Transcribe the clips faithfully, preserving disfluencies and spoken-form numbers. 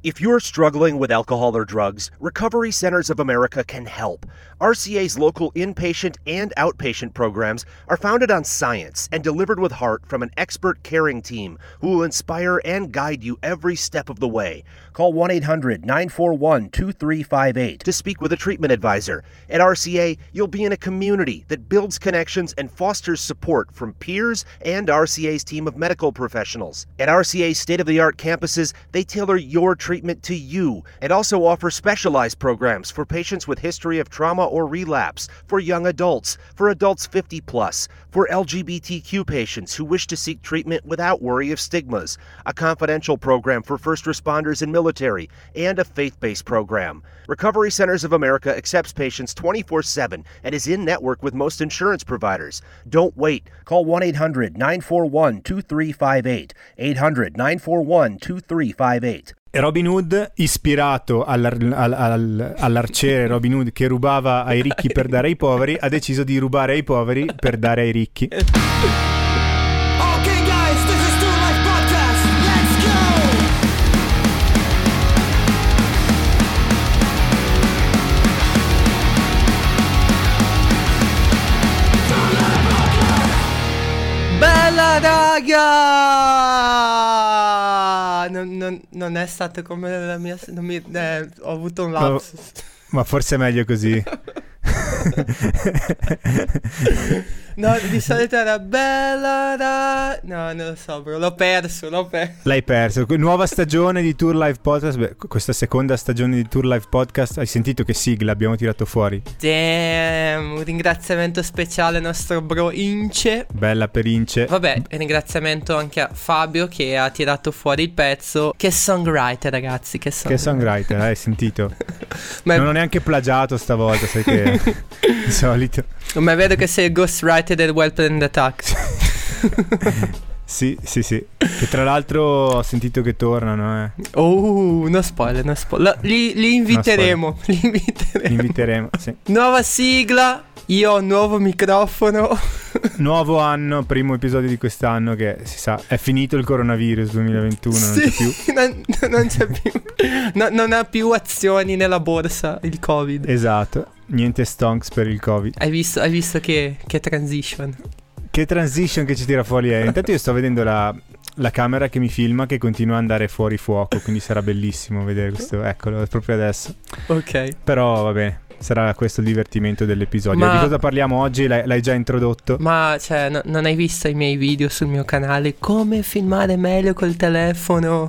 If you're struggling with alcohol or drugs, Recovery Centers of America can help. R C A's local inpatient and outpatient programs are founded on science and delivered with heart from an expert caring team who will inspire and guide you every step of the way. Call one eight hundred nine four one two three five eight to speak with a treatment advisor. At R C A, you'll be in a community that builds connections and fosters support from peers and R C A's team of medical professionals. At R C A's state-of-the-art campuses, they tailor your treatment treatment to you and also offer specialized programs for patients with history of trauma or relapse, for young adults, for adults fifty plus, for L G B T Q patients who wish to seek treatment without worry of stigmas, a confidential program for first responders and military, and a faith-based program. Recovery Centers of America accepts patients twenty-four seven and is in network with most insurance providers. Don't wait. Call one eight hundred nine four one two three five eight, eight hundred nine four one two three five eight. Robin Hood, ispirato all'ar- all- all- all'arciere Robin Hood che rubava ai ricchi per dare ai poveri, ha deciso di rubare ai poveri per dare ai ricchi. Bella raga! Non, non, non è stato come la mia... Non mi, eh, ho avuto un lapsus. Ma, ma forse è meglio così. No, di solito era bella da... No, non lo so, bro, l'ho perso, l'ho perso. L'hai perso. Nuova stagione di Tour Live Podcast. Beh, questa seconda stagione di Tour Live Podcast, hai sentito che sigla abbiamo tirato fuori? Damn, un ringraziamento speciale al nostro bro Ince. Bella per Ince. Vabbè, un ringraziamento anche a Fabio che ha tirato fuori il pezzo. Che songwriter, ragazzi, che songwriter. Che songwriter, hai sentito? Ma non ho neanche plagiato stavolta, sai che di solito. Ma è vero che sei il ghostwriter del Well Planned Attack. Sì, sì, sì. Che tra l'altro ho sentito che tornano, eh. Oh, no spoiler, no spoiler. Li, li inviteremo. Li inviteremo. Li inviteremo, sì. Nuova sigla. Io ho un nuovo microfono. Nuovo anno, primo episodio di quest'anno che si sa, è finito il coronavirus duemilaventuno, sì, non c'è più. Non, non c'è più. No, non ha più azioni nella borsa il Covid. Esatto, niente stonks per il Covid. Hai visto, hai visto che, che transition? Che transition che ci tira fuori è. Intanto io sto vedendo la, la camera che mi filma che continua ad andare fuori fuoco, quindi sarà bellissimo vedere questo, eccolo, proprio adesso. Ok. Però va bene. Sarà questo il divertimento dell'episodio. Ma di cosa parliamo oggi? L'hai, l'hai già introdotto? Ma cioè no, non hai visto i miei video sul mio canale? Come filmare meglio col telefono?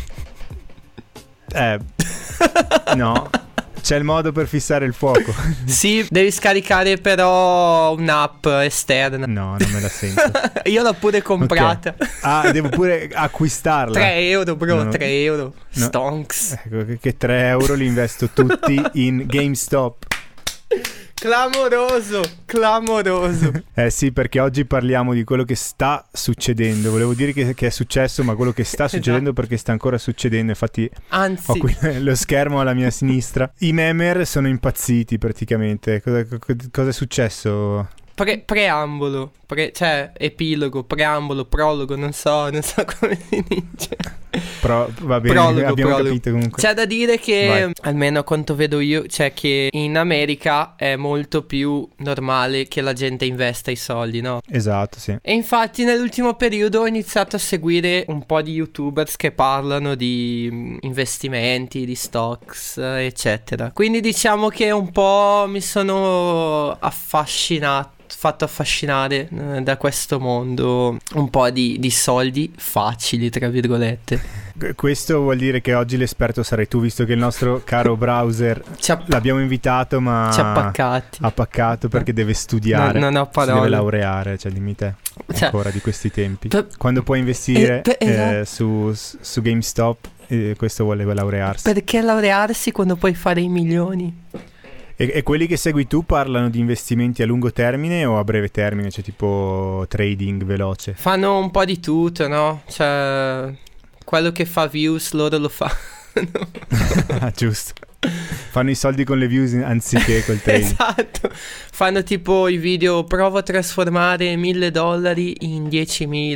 Eh no. C'è il modo per fissare il fuoco. Sì, devi scaricare però un'app esterna. No, non me la sento. Io l'ho pure comprata. Okay. Ah, devo pure acquistarla. tre euro bro, no, tre euro. No. Stonks. Ecco, che tre euro li investo tutti in GameStop. Clamoroso, clamoroso. Eh sì, perché oggi parliamo di quello che sta succedendo. Volevo dire che, che è successo, ma quello che sta succedendo, esatto. Perché sta ancora succedendo. Infatti anzi ho qui lo schermo alla mia sinistra. I memer sono impazziti praticamente. Cosa, cosa è successo? Pre- preambolo, pre- cioè epilogo, preambolo, prologo, non so, non so come si dice. Pro, va bene, prologo, abbiamo prologo. capito comunque. C'è da dire che, vai. Almeno a quanto vedo io, cioè che in America è molto più normale che la gente investa i soldi, no? Esatto, sì. E infatti nell'ultimo periodo ho iniziato a seguire un po' di YouTubers che parlano di investimenti, di stocks, eccetera. Quindi diciamo che un po' mi sono affascinato fatto affascinare eh, da questo mondo un po' di, di soldi facili, tra virgolette. Questo vuol dire che oggi l'esperto sarai tu, visto che il nostro caro browser ha, l'abbiamo invitato, ma ci ha paccati. ha paccato perché deve studiare, non, non ho parole. Si deve laureare, cioè dimmi te, cioè, ancora di questi tempi per, quando puoi investire eh, per, eh, su, su GameStop, eh, questo vuole laurearsi. Perché laurearsi quando puoi fare i milioni? E, e quelli che segui tu parlano di investimenti a lungo termine o a breve termine, cioè tipo trading veloce? Fanno un po' di tutto, no? Cioè, quello che fa views loro lo fanno. Ah, giusto. Fanno i soldi con le views anziché col trading. Esatto. Fanno tipo i video, provo a trasformare mille dollari in diecimila.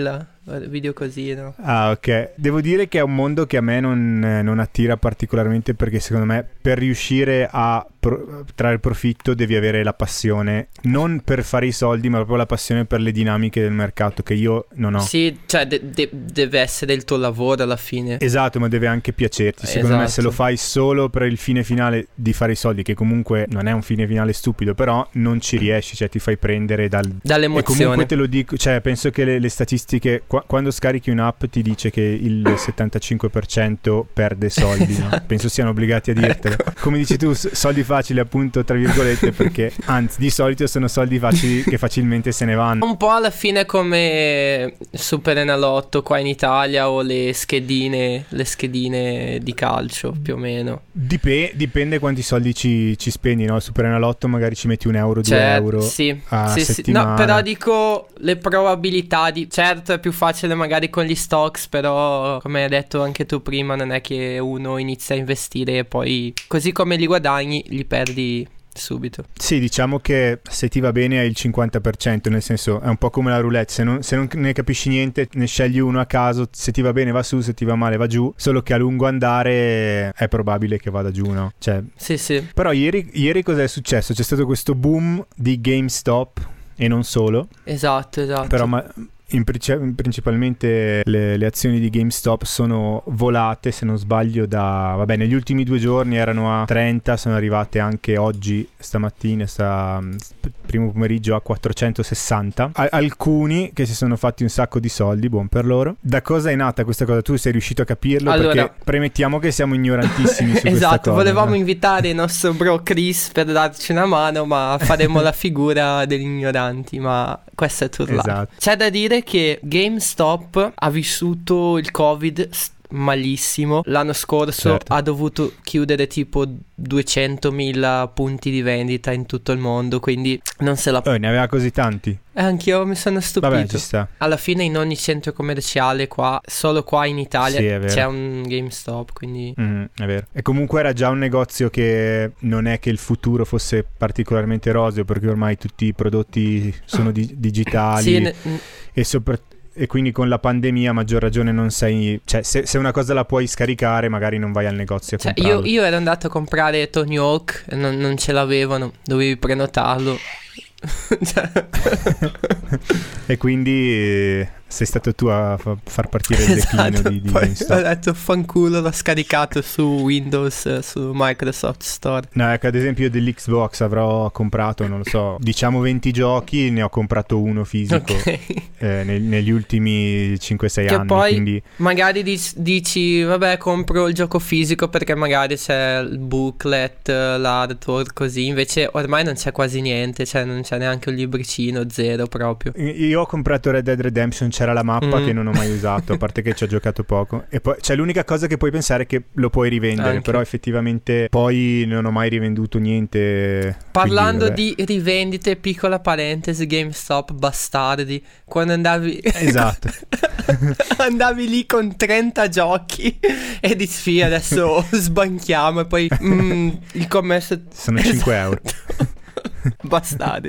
video così, no? Ah, ok. Devo dire che è un mondo che a me non, non attira particolarmente, perché secondo me per riuscire a pro- trarre profitto devi avere la passione, non per fare i soldi, ma proprio la passione per le dinamiche del mercato, che io non ho. Sì, cioè de- de- deve essere il tuo lavoro alla fine. Esatto, ma deve anche piacerti. Secondo Esatto. me se lo fai solo per il fine finale di fare i soldi, che comunque non è un fine finale stupido, però non ci riesci, cioè ti fai prendere dal... Dall'emozione. E comunque te lo dico, cioè penso che le, le statistiche, qua, quando scarichi un'app ti dice che il settantacinque per cento perde soldi, Esatto. no? Penso siano obbligati a dirtelo. Ecco. Come dici tu, s- soldi facili appunto tra virgolette, perché anzi di solito sono soldi facili che facilmente se ne vanno. Un po' alla fine come Super Enalotto qua in Italia, o le schedine, le schedine di calcio più o meno. Dip- dipende quanti soldi ci, ci spendi, no? Al Super Enalotto magari ci metti un euro, due Cioè, euro sì, a sì, sì. settimana. No, però dico le probabilità di... Certo è più facile magari con gli stocks, però come hai detto anche tu prima, non è che uno inizia a investire e poi così come li guadagni li perdi subito. Sì, diciamo che se ti va bene hai il cinquanta per cento, nel senso è un po' come la roulette, se non, se non ne capisci niente ne scegli uno a caso, se ti va bene va su, se ti va male va giù, solo che a lungo andare è probabile che vada giù, no? Cioè, sì, sì. Però ieri, ieri cosa è successo? C'è stato questo boom di GameStop e non solo. Esatto, esatto. Però ma... In princi- principalmente le, le azioni di GameStop sono volate, se non sbaglio, da vabbè, negli ultimi due giorni erano a trenta, sono arrivate anche oggi, stamattina, sta, primo pomeriggio a quattrocentosessanta. A- alcuni che si sono fatti un sacco di soldi, buon per loro. Da cosa è nata questa cosa? Tu sei riuscito a capirlo? Allora, perché premettiamo che siamo ignorantissimi su questa esatto, cosa. volevamo no? invitare il nostro bro Chris per darci una mano, ma faremo la figura degli ignoranti, ma questo è turlato. Esatto. C'è da dire che GameStop ha vissuto il Covid st- malissimo. L'anno scorso Certo. ha dovuto chiudere tipo duecentomila punti di vendita in tutto il mondo, quindi non se la... Oh, ne aveva così tanti? Eh, anch'io mi sono stupito. Vabbè, ci sta. Alla fine in ogni centro commerciale qua, solo qua in Italia, Sì, è vero. c'è un GameStop, quindi... Mm, è vero. E comunque era già un negozio che non è che il futuro fosse particolarmente roseo, perché ormai tutti i prodotti sono di- digitali Sì, ne- e soprattutto... E quindi con la pandemia a maggior ragione non sei... Cioè se, se una cosa la puoi scaricare magari non vai al negozio a Cioè, comprarlo. io, io ero andato a comprare Tony Hawk e non, non ce l'avevano, dovevi prenotarlo. Cioè... E quindi eh, sei stato tu a fa- far partire il declino Esatto, di, di poi GameStop. ho detto fanculo, l'ho scaricato su Windows, eh, su Microsoft Store. No, ecco, ad esempio io dell'Xbox avrò comprato, non lo so, diciamo venti giochi, ne ho comprato uno fisico Ok. eh, neg- negli ultimi cinque sei Che anni, poi quindi... magari dici, dici, vabbè, compro il gioco fisico perché magari c'è il booklet, l'hardware, così. Invece ormai non c'è quasi niente, cioè non c'è neanche un libricino, zero proprio. Io ho comprato Red Dead Redemption, c'era la mappa Mm. che non ho mai usato, a parte che ci ho giocato poco. E poi c'è l'unica cosa che puoi pensare è che lo puoi rivendere, Anche. però effettivamente poi non ho mai rivenduto niente. Parlando quindi, di rivendite, piccola parentesi, GameStop bastardi, quando andavi Esatto. andavi lì con trenta giochi e dici sì, adesso sbanchiamo e poi mm, il commesso Sono cinque euro. bastardi.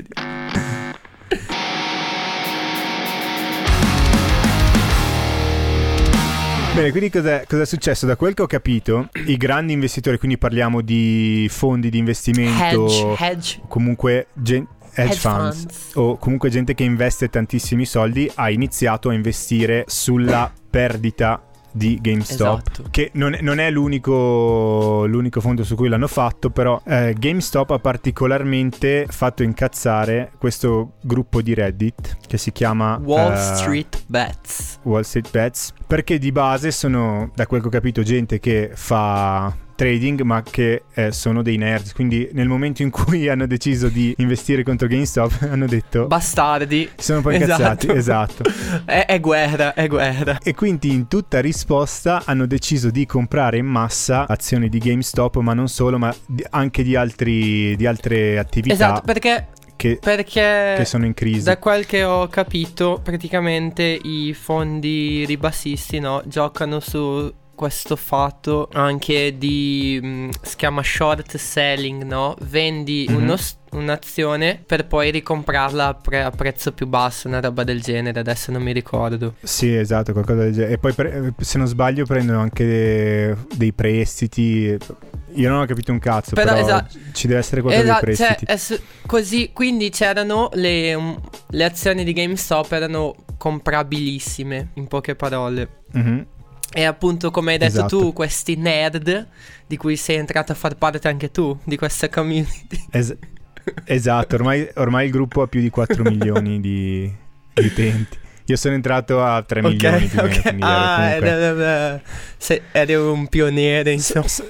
Bene, quindi cos'è, cos'è successo? Da quel che ho capito, i grandi investitori, quindi parliamo di fondi di investimento, Hedge, hedge, comunque gen- hedge, hedge funds, funds. o comunque gente che investe tantissimi soldi, ha iniziato a investire sulla perdita di GameStop, Esatto. che non è, non è l'unico, l'unico fondo su cui l'hanno fatto, però eh, GameStop ha particolarmente fatto incazzare questo gruppo di Reddit che si chiama Wall eh, Street Bets. Wall Street Bets, perché di base sono, da quel che ho capito, gente che fa trading ma che eh, sono dei nerd, quindi nel momento in cui hanno deciso di investire contro GameStop hanno detto Bastardi. si sono un po' incazzati. Esatto, È, è guerra, è guerra. e quindi in tutta risposta hanno deciso di comprare in massa azioni di GameStop, ma non solo, ma di- anche di altri di altre attività Esatto, perché che, perché che sono in crisi. da quel che ho capito, praticamente i fondi ribassisti, no, giocano su questo fatto anche di mh, si chiama short selling, no? Vendi mm-hmm. uno, un'azione per poi ricomprarla a, pre- a prezzo più basso, una roba del genere, adesso non mi ricordo. Sì, esatto, qualcosa del genere. E poi pre- se non sbaglio prendono anche dei prestiti. Io non ho capito un cazzo, però, però esatto, ci deve essere qualcosa esatto, dei prestiti. Cioè, su- così, quindi c'erano le, um, le azioni di GameStop erano comprabilissime, in poche parole. Mm-hmm. E appunto, come hai detto esatto. tu, questi nerd di cui sei entrato a far parte anche tu, di questa community. Es- esatto, ormai, ormai il gruppo ha più di quattro milioni di, di utenti. Io sono entrato a tre okay, milioni più o meno, okay. Ah, comunque... eri, eri, eri un pioniere, insomma. S-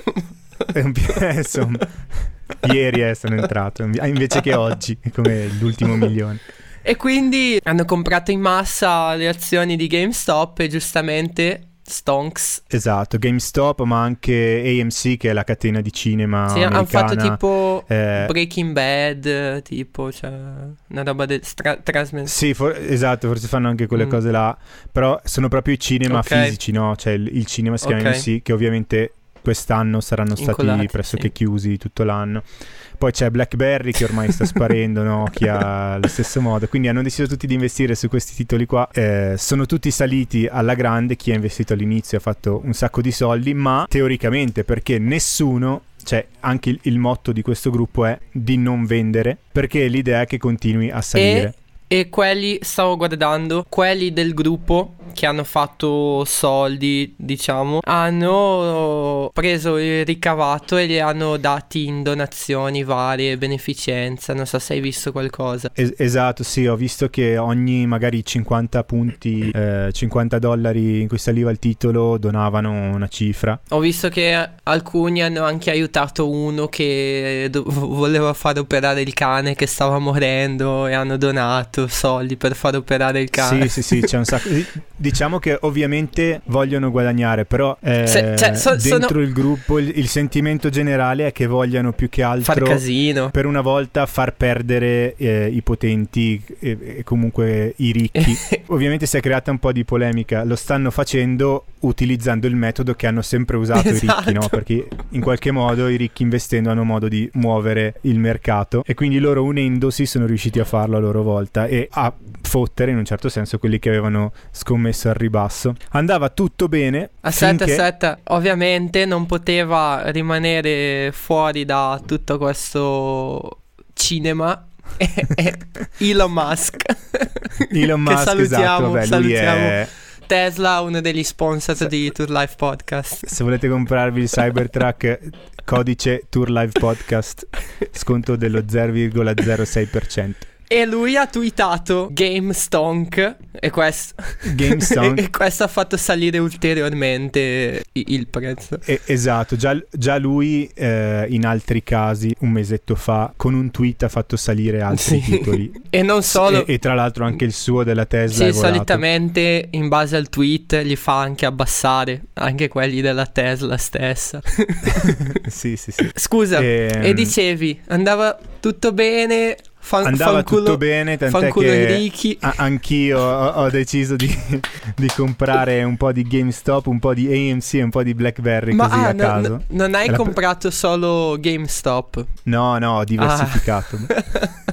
s- insomma, ieri eh, sono entrato, invece che oggi, come l'ultimo milione. E quindi hanno comprato in massa le azioni di GameStop e giustamente... Stonks. Esatto, GameStop, ma anche A M C, che è la catena di cinema sì, americana. Hanno fatto tipo eh, Breaking Bad, tipo, cioè una roba del tra- trasmen- Sì, for- esatto, forse fanno anche quelle mm. cose là, però sono proprio i cinema okay. fisici, no? Cioè il, il cinema si chiama okay. A M C, che ovviamente quest'anno saranno stati Incolati, pressoché sì. chiusi tutto l'anno. Poi c'è BlackBerry che ormai sta sparendo, Nokia allo stesso modo, quindi hanno deciso tutti di investire su questi titoli qua. Eh, sono tutti saliti alla grande, chi ha investito all'inizio ha fatto un sacco di soldi, ma teoricamente perché nessuno, cioè anche il, il motto di questo gruppo è di non vendere, perché l'idea è che continui a salire. E, e quelli, stavo guardando, quelli del gruppo che hanno fatto soldi, diciamo, hanno preso il ricavato e li hanno dati in donazioni varie, beneficenza, non so se hai visto qualcosa. Es- esatto, sì, ho visto che ogni magari cinquanta punti, eh, cinquanta dollari in cui saliva il titolo donavano una cifra. Ho visto che alcuni hanno anche aiutato uno che do- voleva far operare il cane che stava morendo e hanno donato soldi per far operare il cane. Sì, sì, sì, c'è un sacco. Diciamo che ovviamente vogliono guadagnare, però eh, Se, cioè, so, dentro sono... il gruppo il, il sentimento generale è che vogliano più che altro far casino, per una volta far perdere eh, i potenti e, e comunque i ricchi. Ovviamente si è creata un po' di polemica, lo stanno facendo utilizzando il metodo che hanno sempre usato esatto. i ricchi, no? Perché in qualche modo i ricchi investendo hanno modo di muovere il mercato e quindi loro unendosi sono riusciti a farlo a loro volta e a fottere in un certo senso quelli che avevano scommesso al ribasso. Andava tutto bene. Aspetta, finché... aspetta, ovviamente non poteva rimanere fuori da tutto questo cinema Elon Musk. Elon Musk, che salutiamo, esatto, vabbè, salutiamo. Lui è... Tesla, uno degli sponsor Se... di Tour Life Podcast. Se volete comprarvi il Cybertruck, codice Tour Life Podcast, sconto dello zero virgola zero sei per cento. E lui ha tweetato GameStonk e questo GameStonk e questo ha fatto salire ulteriormente il prezzo. E, esatto, già, già lui eh, in altri casi un mesetto fa con un tweet ha fatto salire altri sì. titoli. E non solo e, e tra l'altro anche il suo della Tesla sì, è volato. Solitamente in base al tweet gli fa anche abbassare anche quelli della Tesla stessa. Sì, sì, sì. Scusa, e, e dicevi andava tutto bene. Fan, Andava fanculo, tutto bene, tant'è che a- anch'io ho, ho deciso di, di comprare un po' di GameStop, un po' di A M C e un po' di BlackBerry. Ma così ah, a no, caso. No, non hai Era comprato per... solo GameStop? No, no, ho diversificato. Ah.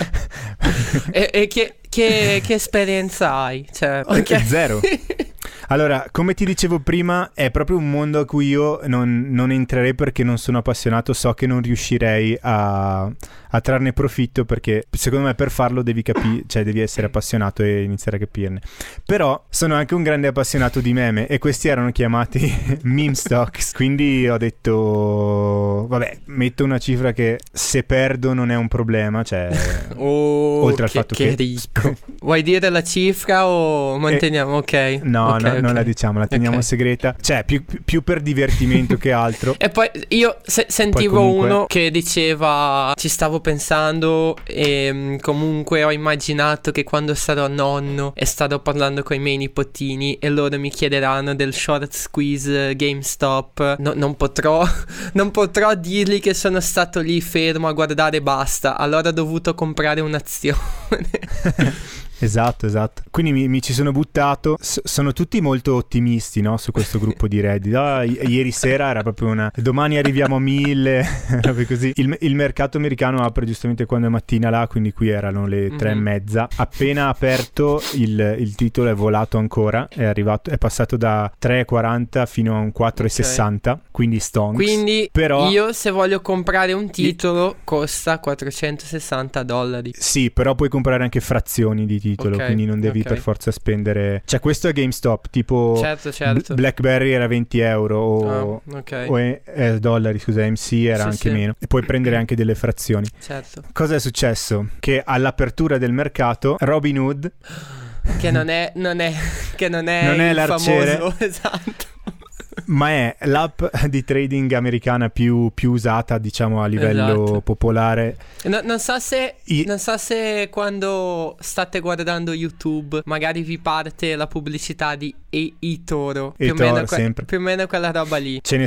e e che, che, che esperienza hai? Cioè, okay. Zero. Allora, come ti dicevo prima, è proprio un mondo a cui io non, non entrerei perché non sono appassionato, so che non riuscirei a, a trarne profitto perché secondo me per farlo devi capire, cioè devi essere appassionato e iniziare a capirne. Però sono anche un grande appassionato di meme e questi erano chiamati meme stocks, quindi ho detto vabbè, metto una cifra che se perdo non è un problema, cioè oh, oltre al che, fatto che che ricco. Vuoi dire la cifra o manteniamo? Eh, ok. No, okay, no, okay. non la diciamo, la teniamo okay. segreta. Cioè, più, più per divertimento che altro. E poi io se- sentivo poi comunque... uno che diceva ci stavo pensando e comunque ho immaginato che quando sarò nonno e starò parlando con i miei nipotini e loro mi chiederanno del short squeeze GameStop, no, non potrò non potrò dirgli che sono stato lì fermo a guardare e basta, allora ho dovuto comprare un'azione. Esatto, esatto. Quindi mi, mi ci sono buttato. S- sono tutti molto ottimisti, no? Su questo gruppo di Reddit. Ah, i- ieri sera era proprio una... Domani arriviamo a mille. Così. Il, il mercato americano apre giustamente quando è mattina là, quindi qui erano le tre mm-hmm. e mezza. Appena aperto il, il titolo è volato ancora. È arrivato, è passato da tre e quaranta fino a un quattro e sessanta. Okay. Quindi stonks. Quindi però... io se voglio comprare un titolo costa quattrocentosessanta dollari. Sì, però puoi comprare anche frazioni di titolo, okay, quindi non devi okay. per forza spendere. Cioè questo è GameStop, tipo certo, certo. B- BlackBerry era venti euro o, oh, okay. o è, è dollari, scusa, M C era sì, anche sì. meno. E puoi prendere anche delle frazioni. Certo. Cosa è successo? Che all'apertura del mercato Robinhood, che non è non è che non è, non è il l'arciere, famoso, esatto, ma è l'app di trading americana più, più usata, diciamo, a livello esatto. popolare. No, non so se I... non so se quando state guardando YouTube magari vi parte la pubblicità di e- eToro, più, eToro, o meno que- sempre. più o meno quella roba lì. Ce ne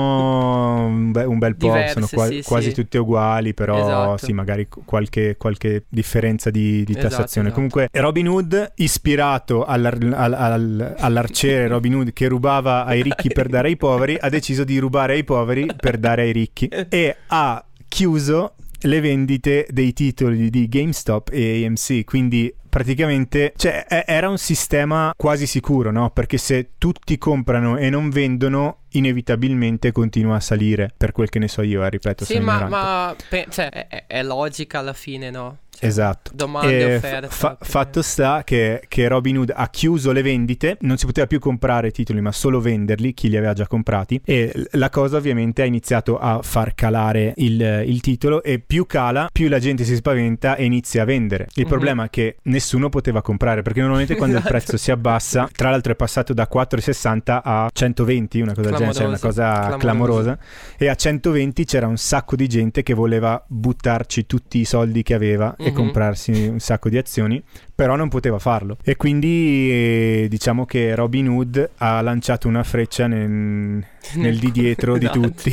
sono un, be- un bel po', diverse, sono qua- sì, quasi sì. tutte uguali, però esatto. sì, magari qualche, qualche differenza di, di tassazione. Esatto, esatto. Comunque Robinhood, ispirato all'ar- al- al- all'arciere Robinhood che rubava ai ricchi per dare ai poveri, ha deciso di rubare ai poveri per dare ai ricchi e ha chiuso le vendite dei titoli di GameStop e A M C, quindi praticamente, cioè, era un sistema quasi sicuro, no? Perché se tutti comprano e non vendono, inevitabilmente continua a salire, per quel che ne so io, eh, ripeto. Sì, ma, ma pe- cioè, è, è logica alla fine, no? Cioè, esatto. Domanda e offerta. Fa- fatto sta che, che Robinhood ha chiuso le vendite, non si poteva più comprare titoli, ma solo venderli, chi li aveva già comprati, e la cosa ovviamente ha iniziato a far calare il, il titolo, e più cala, più la gente si spaventa e inizia a vendere. Il mm-hmm. problema è che nessuno poteva comprare, perché normalmente quando esatto. il prezzo si abbassa, tra l'altro è passato da quattro e sessanta a centoventi, una cosa del genere, cioè una cosa clamorosa. clamorosa, e a centoventi c'era un sacco di gente che voleva buttarci tutti i soldi che aveva mm-hmm. e comprarsi un sacco di azioni, però non poteva farlo, e quindi eh, diciamo che Robinhood ha lanciato una freccia nel, nel di dietro di tutti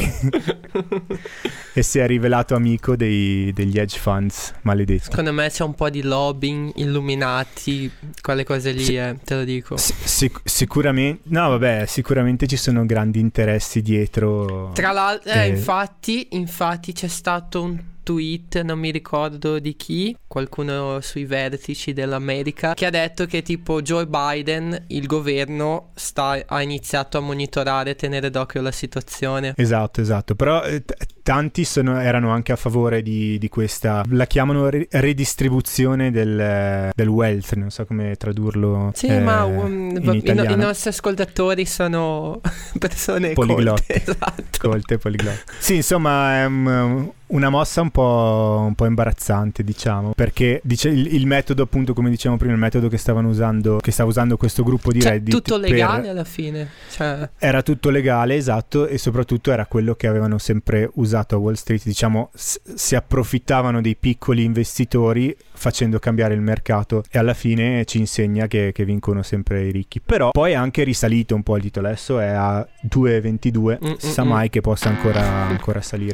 e si è rivelato amico dei, degli hedge funds maledetti. Secondo me c'è un po' di lobbying, illuminati, quelle cose lì, sì, eh, te lo dico. Sic- sicuramente, no vabbè, sicuramente ci sono grandi interessi dietro. Tra l'altro, eh, infatti, infatti c'è stato un tweet, non mi ricordo di chi, qualcuno sui vertici dell'America, che ha detto che tipo Joe Biden, il governo sta, ha iniziato a monitorare, tenere d'occhio la situazione. Esatto, esatto, però eh, t- tanti sono, erano anche a favore di, di questa, la chiamano ri- redistribuzione del, del wealth, non so come tradurlo. Sì, eh, ma um, in italiano. I, i nostri ascoltatori sono persone poliglotte, colte, esatto. colte, poliglotte. Sì, insomma è um, una mossa un po', un po' imbarazzante, diciamo, perché dice, il, il metodo, appunto, come dicevamo prima, il metodo che stavano usando, che stava usando questo gruppo di cioè, Reddit, tutto legale per... alla fine, cioè... era tutto legale, esatto, e soprattutto era quello che avevano sempre usato a Wall Street, diciamo, s- si approfittavano dei piccoli investitori facendo cambiare il mercato, e alla fine ci insegna che, che vincono sempre i ricchi. Però poi è anche risalito un po' il titolo, adesso è a due virgola ventidue, mm, sa mm, mai mm. che possa ancora, ancora salire.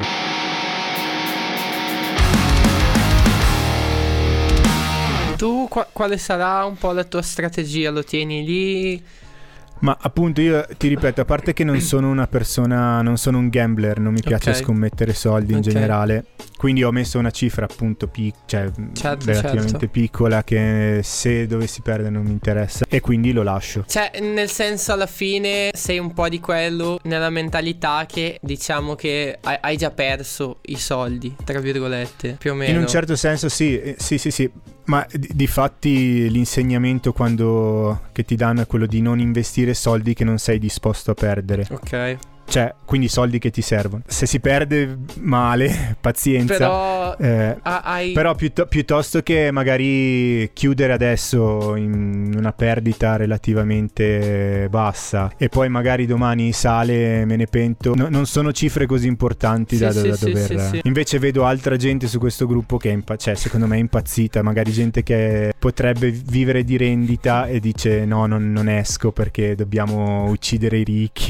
Tu qu- quale sarà un po' la tua strategia? Lo tieni lì? Ma appunto io ti ripeto, a parte che non sono una persona, non sono un gambler, non mi piace okay. scommettere soldi in okay. generale, quindi ho messo una cifra appunto pic- cioè certo, relativamente certo. piccola, che se dovessi perdere non mi interessa, e quindi lo lascio. Cioè nel senso, alla fine sei un po' di quello nella mentalità che diciamo che hai, hai già perso i soldi, tra virgolette, più o meno. In un certo senso sì, sì sì sì. Ma di, di fatti l'insegnamento quando che ti danno è quello di non investire soldi che non sei disposto a perdere. Ok. Cioè, quindi soldi che ti servono. Se si perde male, pazienza. Però, eh, hai... però piutt- piuttosto che magari chiudere adesso in una perdita relativamente bassa e poi magari domani sale, me ne pento. No, non sono cifre così importanti sì, da, sì, da sì, dover. Sì, sì. Invece vedo altra gente su questo gruppo che è impa- cioè, secondo me è impazzita. Magari gente che potrebbe vivere di rendita e dice no, non, non esco perché dobbiamo uccidere i ricchi.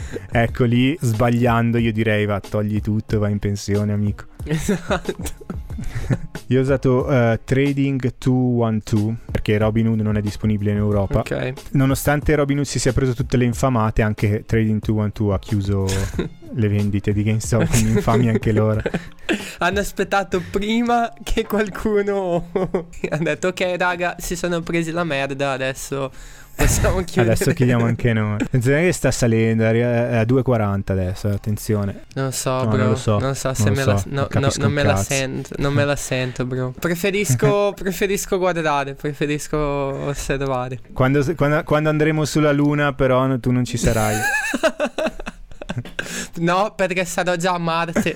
Ecco, lì sbagliando io direi va, togli tutto, vai in pensione, amico. Esatto. Io ho usato uh, Trading duecentododici perché Robinhood non è disponibile in Europa. Ok. Nonostante Robinhood si sia preso tutte le infamate, anche Trading duecentododici ha chiuso le vendite di GameStop, quindi infami anche loro. Hanno aspettato prima che qualcuno ha detto ok raga, si sono presi la merda, adesso possiamo chiudere. Adesso chiudiamo anche noi. Attenzione che sta salendo, è a due e quaranta adesso, attenzione. Non so, No, bro. non lo so, Non so se non me lo la so, no, non no, capisco non un me la cazzo. sento, non me la sento, bro. Preferisco preferisco guardare, preferisco osservare. Quando, quando, quando andremo sulla luna però no, tu non ci sarai. No, perché sarò già a Marte.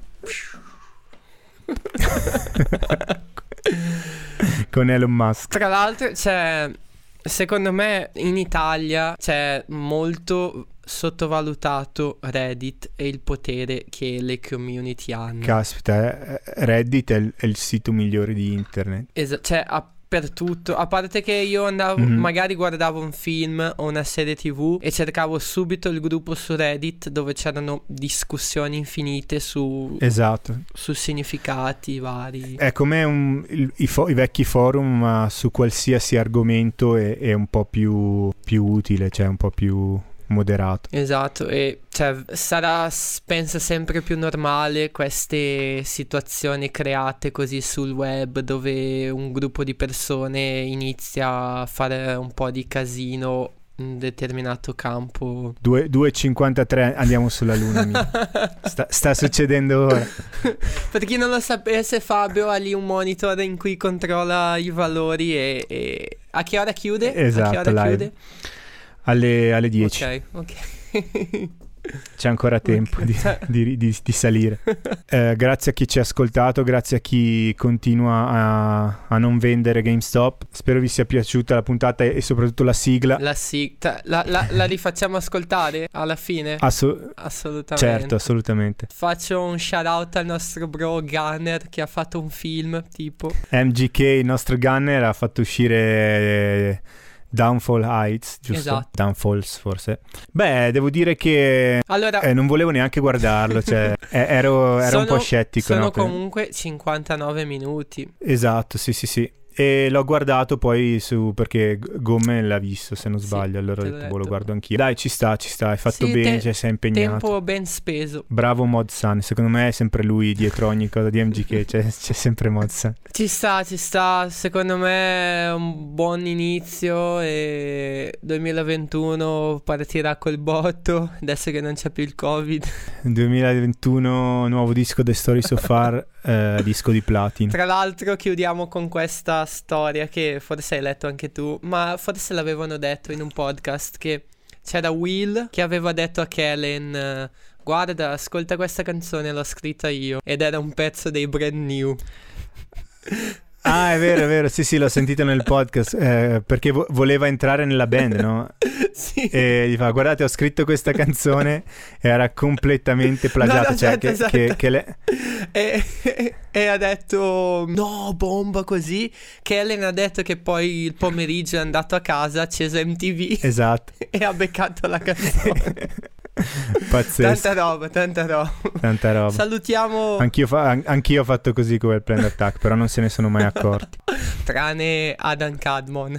Con Elon Musk. Tra l'altro, c'è, secondo me, in Italia c'è molto sottovalutato Reddit e il potere che le community hanno. Caspita, eh, Reddit è il, è il sito migliore di internet. Esa- cioè, a- per tutto. A parte che io andavo, Mhm. magari guardavo un film o una serie tv e cercavo subito il gruppo su Reddit dove c'erano discussioni infinite su, Esatto. su significati vari. È come un, il- i, fo- i vecchi forum, ma su qualsiasi argomento è, è un po' più, più utile, cioè un po' più moderato. Esatto, e cioè sarà, s- penso, sempre più normale queste situazioni create così sul web dove un gruppo di persone inizia a fare un po' di casino in un determinato campo. due e cinquantatré andiamo sulla luna. amico. Sta, sta succedendo ora. Per chi non lo sapesse, Fabio ha lì un monitor in cui controlla i valori e, e... a che ora chiude? Esatto, a che ora live. chiude? Alle, alle dieci. Ok, ok. C'è ancora tempo Ok. di, di- di- di salire. Eh, grazie a chi ci ha ascoltato, grazie a chi continua a, a non vendere GameStop. Spero vi sia piaciuta la puntata e, e soprattutto la sigla. La, sig- ta- la, la, la rifacciamo ascoltare alla fine? Asso- Assolutamente. certo, assolutamente. Faccio un shout out al nostro bro Gunner che ha fatto un film tipo. M G K, il nostro gunner, ha fatto uscire eh, Downfall Heights, giusto? Esatto. Downfalls forse. Beh, devo dire che Allora, eh, non volevo neanche guardarlo, cioè eh, ero, ero un po' sono- scettico. sono no? Per- comunque cinquantanove minuti. Esatto, sì, sì, sì. E l'ho guardato poi su perché G- Gomme l'ha visto, se non Sì, sbaglio, allora ho te l'ho detto, boh, lo detto. guardo anch'io. Dai, ci sta, ci sta, hai fatto Sì, bene, te- cioè sei impegnato. Tempo ben speso. Bravo Mod-san, secondo me è sempre lui dietro ogni cosa di M G K, cioè, c'è sempre Mod-san. Ci sta, ci sta. Secondo me è un buon inizio e duemilaventuno partirà col botto. Adesso che non c'è più il Covid. duemilaventuno, nuovo disco The Story So Far, eh, disco di platino. Tra l'altro chiudiamo con questa storia che forse hai letto anche tu, ma forse l'avevano detto in un podcast, che c'era Will che aveva detto a Kellen eh, guarda, ascolta questa canzone, l'ho scritta io, ed era un pezzo dei Brand New. Ah, è vero, è vero, sì, sì, l'ho sentito nel podcast, eh, perché vo- voleva entrare nella band, no? Sì. E gli fa, guardate, ho scritto questa canzone, e era completamente plagiata, No, no, cioè aspetta, che, aspetta. che- che le- E, e ha detto no, bomba così. Kellen ha detto che poi il pomeriggio è andato a casa, ha acceso M T V Esatto. e ha beccato la canzone. Pazzesco, Tanta roba, tanta roba. tanta roba. Salutiamo, Anch'io, fa- an- anch'io ho fatto così con il Planned Attack, però non se ne sono mai accorti. tranne Adam Cadmon.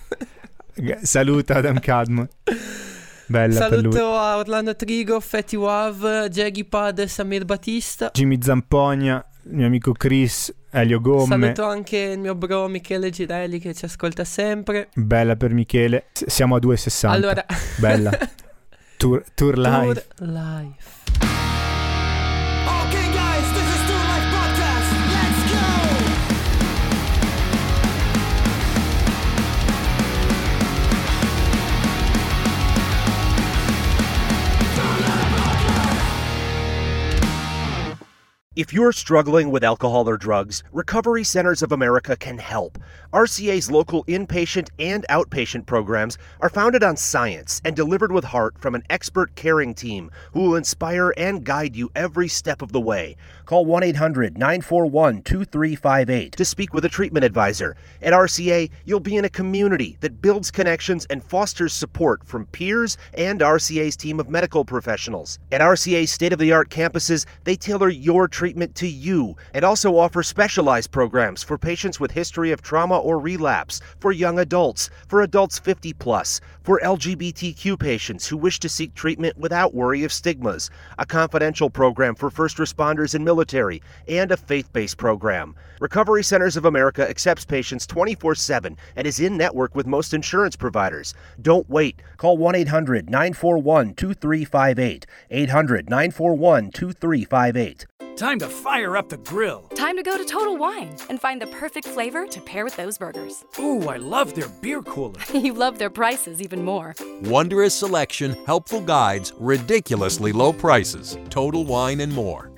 G- Saluta Adam Cadmon. Bella per lui. Saluto a Orlando Trigo, Fatty Wav, Jaggy Pad e Samir Batista. Jimmy Zampogna, il mio amico Chris, Elio Gomme. Saluto anche il mio bro Michele Girelli che ci ascolta sempre. Bella per Michele. S- siamo a due e sessanta. Allora, Bella. Tour, tour live. Tour Live. Okay, guys, this is Tour Life Podcast. Let's go! If you're struggling with alcohol or drugs, Recovery Centers of America can help. R C A's local inpatient and outpatient programs are founded on science and delivered with heart from an expert caring team who will inspire and guide you every step of the way. Call one eight hundred nine four one two three five eight to speak with a treatment advisor. At R C A, you'll be in a community that builds connections and fosters support from peers and R C A's team of medical professionals. At R C A's state-of-the-art campuses, they tailor your treatment treatment to you. It also offers specialized programs for patients with history of trauma or relapse, for young adults, for adults fifty plus, for L G B T Q patients who wish to seek treatment without worry of stigmas, a confidential program for first responders and military, and a faith-based program. Recovery Centers of America accepts patients twenty-four seven and is in network with most insurance providers. Don't wait. Call one eight hundred nine four one two three five eight. eight hundred nine four one two three five eight. Time to fire up the grill. Time to go to Total Wine and find the perfect flavor to pair with those burgers. Ooh, I love their beer cooler. You love their prices even more. Wondrous selection, helpful guides, ridiculously low prices. Total Wine and more.